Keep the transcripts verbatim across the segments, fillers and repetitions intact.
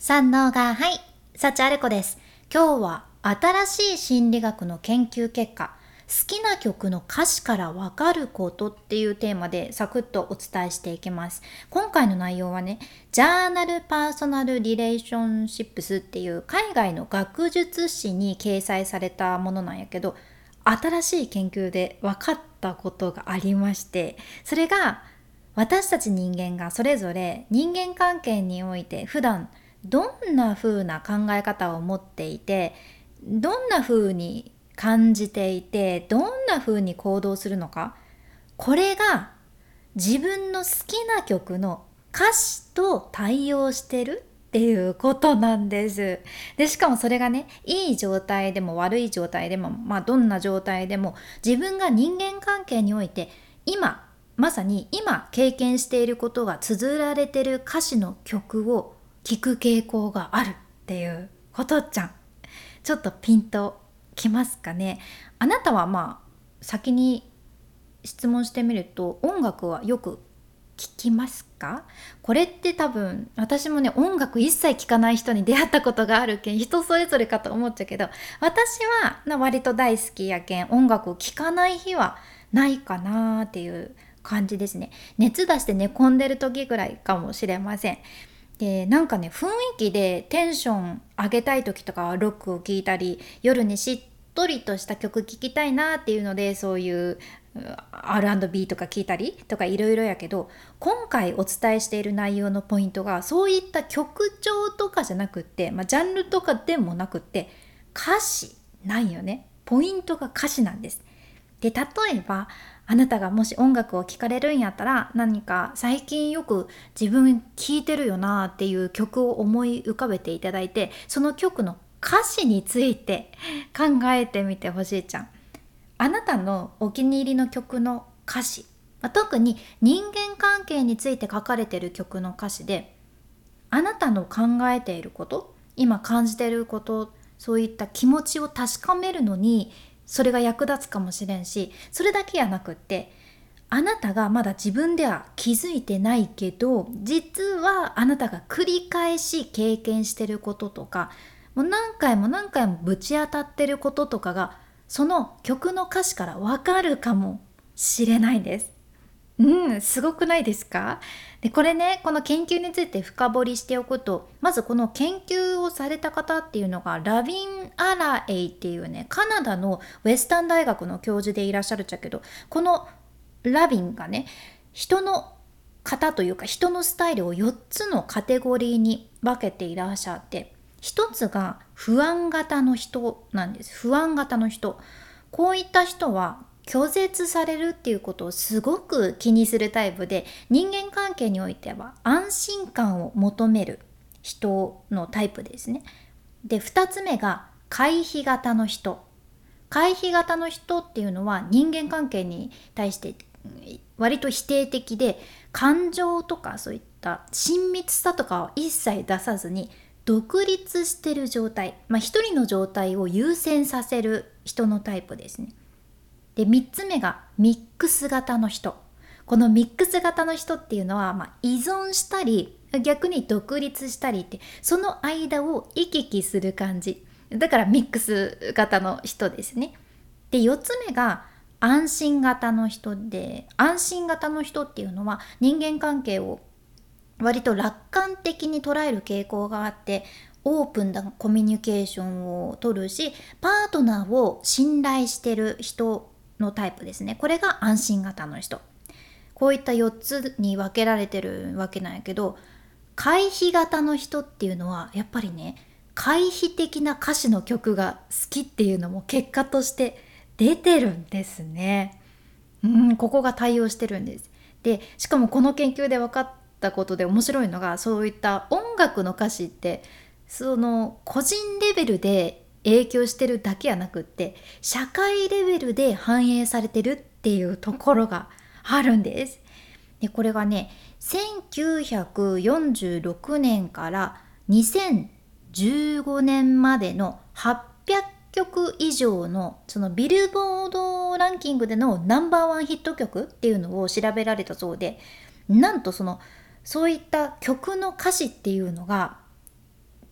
三能がはい、幸あれ子です。今日は新しい心理学の研究結果、好きな曲の歌詞からわかることっていうテーマでサクッとお伝えしていきます。今回の内容はね、ジャーナルパーソナルリレーションシップスっていう海外の学術誌に掲載されたものなんやけど、新しい研究で分かったことがありまして、それが私たち人間がそれぞれ人間関係において普段どんな風な考え方を持っていて、どんな風に感じていて、どんな風に行動するのか、これが自分の好きな曲の歌詞と対応してるっていうことなんです。で、しかもそれがね、いい状態でも悪い状態でも、まあどんな状態でも、自分が人間関係において今まさに今経験していることが綴られている歌詞の曲を聞く傾向があるっていうことちゃん。ちょっとピンときますかね。あなたはまあ先に質問してみると、音楽はよく聞きますか？これって多分私もね、音楽一切聞かない人に出会ったことがあるけん、人それぞれかと思っちゃうけど、私はな割と大好きやけん、音楽を聴かない日はないかなっていう感じですね。熱出して寝込んでる時ぐらいかもしれません。で、なんかね、雰囲気でテンション上げたい時とかはロックを聴いたり、夜にしっとりとした曲聴きたいなっていうので、そういう アールアンドビー とか聴いたりとかいろいろやけど、今回お伝えしている内容のポイントがそういった曲調とかじゃなくって、まあ、ジャンルとかでもなくって歌詞なんよね。ポイントが歌詞なんです。で、例えばあなたがもし音楽を聴かれるんやったら、何か最近よく自分聴いてるよなっていう曲を思い浮かべていただいて、その曲の歌詞について考えてみてほしいじゃん。あなたのお気に入りの曲の歌詞、特に人間関係について書かれている曲の歌詞で、あなたの考えていること、今感じていること、そういった気持ちを確かめるのにそれが役立つかもしれんし、それだけやなくって、あなたがまだ自分では気づいてないけど、実はあなたが繰り返し経験してることとか、もう何回も何回もぶち当たってることとかが、その曲の歌詞からわかるかもしれないんです。うん、すごくないですか？で、これね、この研究について深掘りしておくと、まずこの研究をされた方っていうのがラビン・アラエイっていうね、カナダのウェスタン大学の教授でいらっしゃるっちゃけど、このラビンがね、人の型というか人のスタイルをよっつのカテゴリーに分けていらっしゃって、一つが不安型の人なんです。不安型の人。こういった人は拒絶されるっていうことをすごく気にするタイプで、人間関係においては安心感を求める人のタイプですね。で、二つ目が回避型の人。回避型の人っていうのは人間関係に対して割と否定的で、感情とかそういった親密さとかを一切出さずに独立してる状態、まあ一人の状態を優先させる人のタイプですね。で、みっつめがミックス型の人。このミックス型の人っていうのは、まあ、依存したり逆に独立したりって、その間を行き来する感じだからミックス型の人ですね。で、よっつめが安心型の人で、安心型の人っていうのは人間関係を割と楽観的に捉える傾向があって、オープンなコミュニケーションを取るし、パートナーを信頼してる人のタイプですね。これが安心型の人。こういったよっつに分けられてるわけなんやけど、回避型の人っていうのはやっぱりね、回避的な歌詞の曲が好きっていうのも結果として出てるんですね。うん、ここが対応してるんです。で、しかもこの研究で分かったことで面白いのが、そういった音楽の歌詞ってその個人レベルで影響してるだけやなくって、社会レベルで反映されてるっていうところがあるんです。で、これがね、せんきゅうひゃくよんじゅうろくねんからにせんじゅうごねんまでのはっぴゃくきょく以上のそのビルボードランキングでのナンバーワンヒット曲っていうのを調べられたそうで、なんとそのそういった曲の歌詞っていうのが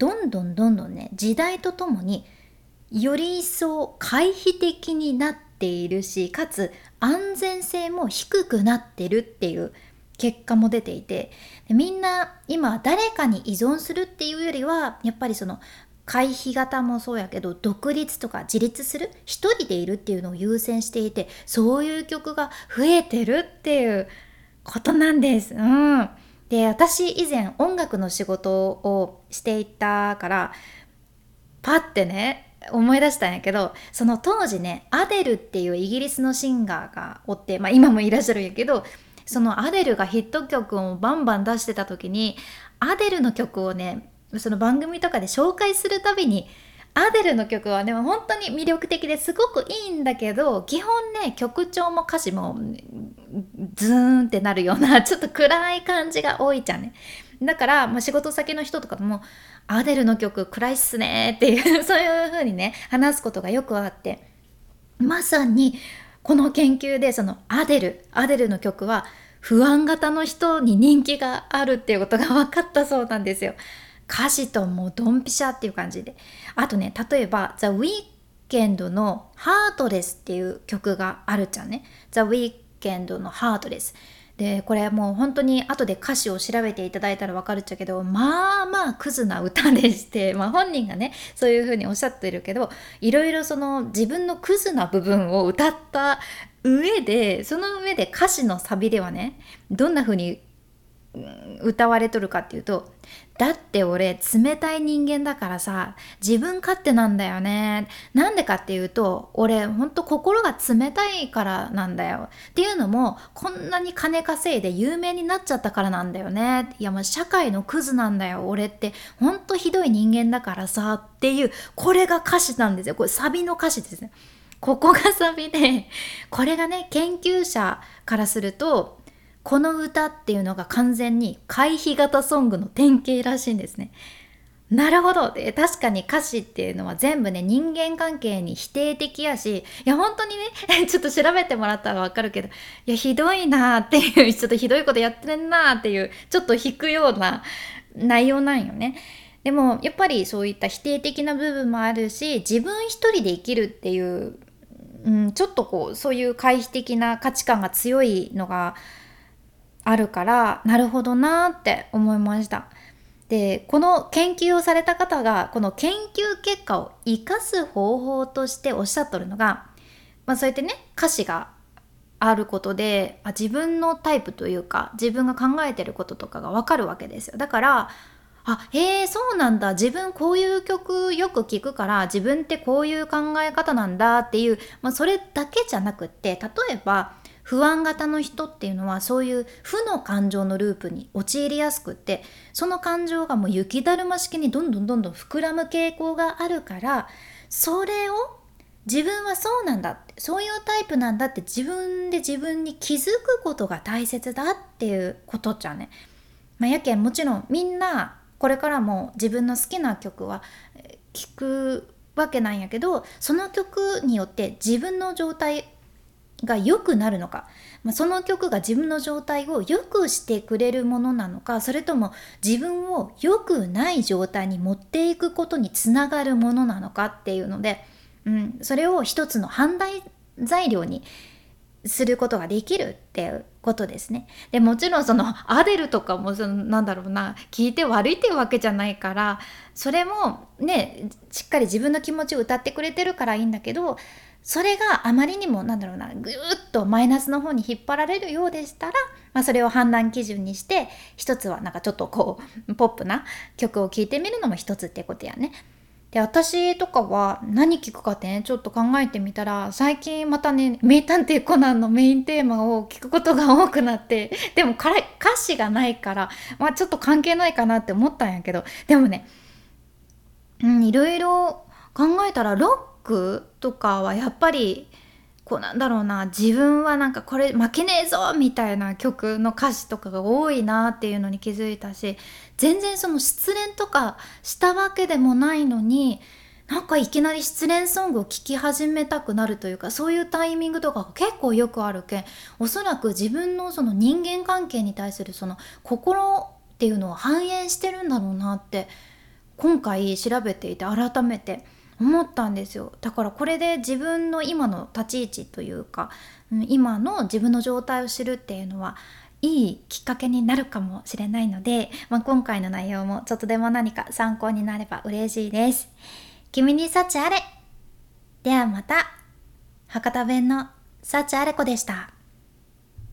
どんどんどんどんね時代とともにより一層回避的になっているし、かつ安全性も低くなってるっていう結果も出ていて、でみんな今誰かに依存するっていうよりはやっぱりその回避型もそうやけど独立とか自立する、一人でいるっていうのを優先していて、そういう曲が増えてるっていうことなんです。うん。で、私以前音楽の仕事をしていたからパッてね思い出したんやけど、その当時ねアデルっていうイギリスのシンガーがおって、まあ今もいらっしゃるんやけど、そのアデルがヒット曲をバンバン出してた時に、アデルの曲をねその番組とかで紹介するたびに、アデルの曲はね本当に魅力的ですごくいいんだけど、基本ね曲調も歌詞もズーンってなるようなちょっと暗い感じが多いじゃんね。だから、まあ、仕事先の人とかともアデルの曲暗いっすねっていうそういう風にね話すことがよくあって、まさにこの研究でそのアデルアデルの曲は不安型の人に人気があるっていうことが分かったそうなんですよ。歌詞ともうドンピシャっていう感じで、あとね例えば The Weeknd の Heartless っていう曲があるじゃんね。 The Weeknd の Heartlessで、これもう本当に後で歌詞を調べていただいたら分かるっちゃけど、まあまあクズな歌でして、まあ本人がねそういう風におっしゃってるけど、いろいろその自分のクズな部分を歌った上で、その上で歌詞のサビではねどんな風に歌われとるかっていうと、だって俺冷たい人間だからさ、自分勝手なんだよね。なんでかっていうと、俺ほんと心が冷たいからなんだよ。っていうのも、こんなに金稼いで有名になっちゃったからなんだよね。いや、まあ社会のクズなんだよ。俺ってほんとひどい人間だからさっていう、これが歌詞なんですよ。これサビの歌詞ですね。ここがサビで、これがね研究者からすると、この歌っていうのが完全に回避型ソングの典型らしいんですね。なるほど。で、確かに歌詞っていうのは全部ね人間関係に否定的やし、いや本当にねちょっと調べてもらったらわかるけど、いやひどいなーっていう、ちょっとひどいことやってんなーっていう、ちょっと引くような内容なんよね。でもやっぱりそういった否定的な部分もあるし、自分一人で生きるっていう、うん、ちょっとこうそういう回避的な価値観が強いのがあるから、なるほどなーって思いました。で、この研究をされた方がこの研究結果を生かす方法としておっしゃっとるのが、まあ、そうやってね歌詞があることで、あ自分のタイプというか自分が考えてることとかがわかるわけですよ。だからあへえそうなんだ、自分こういう曲よく聞くから自分ってこういう考え方なんだっていう、まあ、それだけじゃなくって、例えば不安型の人っていうのはそういう負の感情のループに陥りやすくって、その感情がもう雪だるま式にどんどんどんどん膨らむ傾向があるから、それを自分はそうなんだって、そういうタイプなんだって自分で自分に気づくことが大切だっていうことじゃね。まあ、やけんもちろんみんなこれからも自分の好きな曲は聴くわけなんやけど、その曲によって自分の状態が良くなるのか、まあ、その曲が自分の状態を良くしてくれるものなのか、それとも自分を良くない状態に持っていくことにつながるものなのかっていうので、うん、それを一つの判断材料にすることができるっていうことですね。でもちろんそのアデルとかもそのなんだろうな、聞いて悪いっていうわけじゃないから、それもねしっかり自分の気持ちを歌ってくれてるからいいんだけど、それがあまりにもなんだろうな、ぐーっとマイナスの方に引っ張られるようでしたら、まあ、それを判断基準にして、一つはなんかちょっとこうポップな曲を聴いてみるのも一つってことやね。で、私とかは何聞くかってねちょっと考えてみたら、最近またね名探偵コナンのメインテーマを聞くことが多くなって、でもから歌詞がないから、まあ、ちょっと関係ないかなって思ったんやけど、でもね、うん、いろいろ考えたらロックとかはやっぱりこうなんだろうな、自分はなんかこれ負けねえぞみたいな曲の歌詞とかが多いなっていうのに気づいたし、全然その失恋とかしたわけでもないのに、なんかいきなり失恋ソングを聴き始めたくなるというか、そういうタイミングとかが結構よくあるけん、おそらく自分のその人間関係に対するその心っていうのを反映してるんだろうなって今回調べていて改めて思ったんですよ。だからこれで自分の今の立ち位置というか、うん、今の自分の状態を知るっていうのはいいきっかけになるかもしれないので、まあ、今回の内容もちょっとでも何か参考になれば嬉しいです。君に幸あれ。ではまた。博多弁の幸あれ子でした。